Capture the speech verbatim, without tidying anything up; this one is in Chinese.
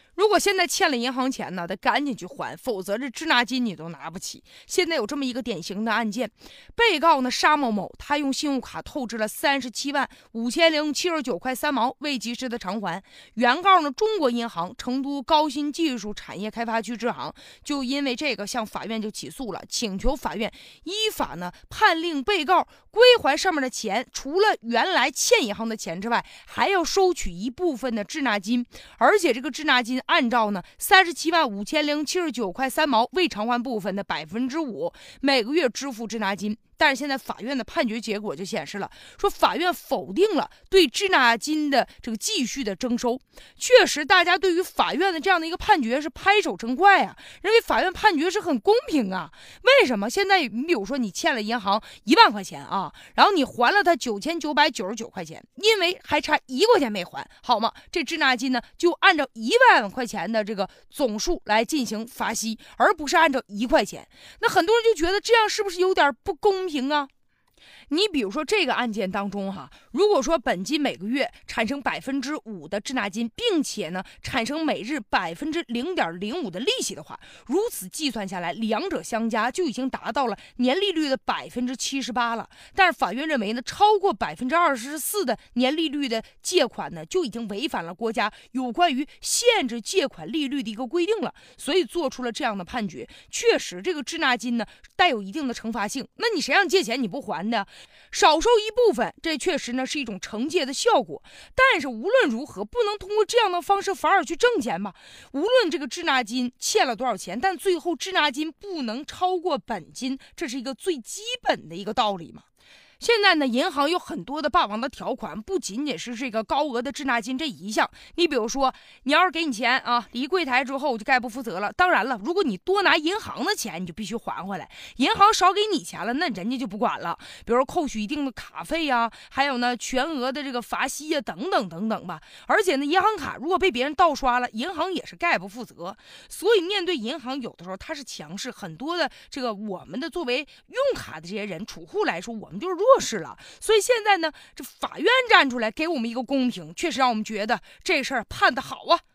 如果现在欠了银行钱呢，得赶紧去还，否则这滞纳金你都拿不起。现在有这么一个典型的案件，被告呢沙某某，他用信用卡透支了三十七万五千零七十九块三毛，未及时的偿还。原告呢中国银行成都高新技术产业开发区支行，就因为这个向法院就起诉了，请求法院依法呢判令被告归还上面的钱，除了原来欠银行的钱之外，还要收取一部分的滞纳金，而且这个滞纳金按照呢三十七万五千零七十九块三毛未偿还部分的百分之五，每个月支付滞纳金。但是现在法院的判决结果就显示了，说法院否定了对滞纳金的这个继续的征收。确实，大家对于法院的这样的一个判决是拍手称快啊，认为法院判决是很公平啊。为什么？现在你比如说你欠了银行一万块钱啊，然后你还了他九千九百九十九块钱，因为还差一块钱没还，好吗？这滞纳金呢就按照一万块钱的这个总数来进行罚息，而不是按照一块钱。那很多人就觉得这样是不是有点不公平啊？你比如说这个案件当中哈，如果说本金每个月产生百分之五的滞纳金，并且呢产生每日百分之零点零五的利息的话，如此计算下来，两者相加就已经达到了年利率的百分之七十八了。但是法院认为呢，超过百分之二十四的年利率的借款呢，就已经违反了国家有关于限制借款利率的一个规定了，所以做出了这样的判决。确实，这个滞纳金呢带有一定的惩罚性，那你谁让你借钱你不还的？少收一部分，这确实呢是一种惩戒的效果。但是无论如何，不能通过这样的方式反而去挣钱吧？无论这个滞纳金欠了多少钱，但最后滞纳金不能超过本金，这是一个最基本的一个道理嘛。现在呢，银行有很多的霸王的条款，不仅仅是这个高额的滞纳金这一项。你比如说，你要是给你钱啊，离柜台之后就概不负责了。当然了，如果你多拿银行的钱，你就必须还回来。银行少给你钱了，那人家就不管了，比如说扣取一定的卡费啊，还有呢全额的这个罚息啊，等等等等吧。而且呢，银行卡如果被别人盗刷了，银行也是概不负责。所以面对银行，有的时候它是强势，很多的这个我们的作为用卡的这些人储户来说，我们就是弱。弱势了，所以现在呢，这法院站出来给我们一个公平，确实让我们觉得这事儿判得好啊。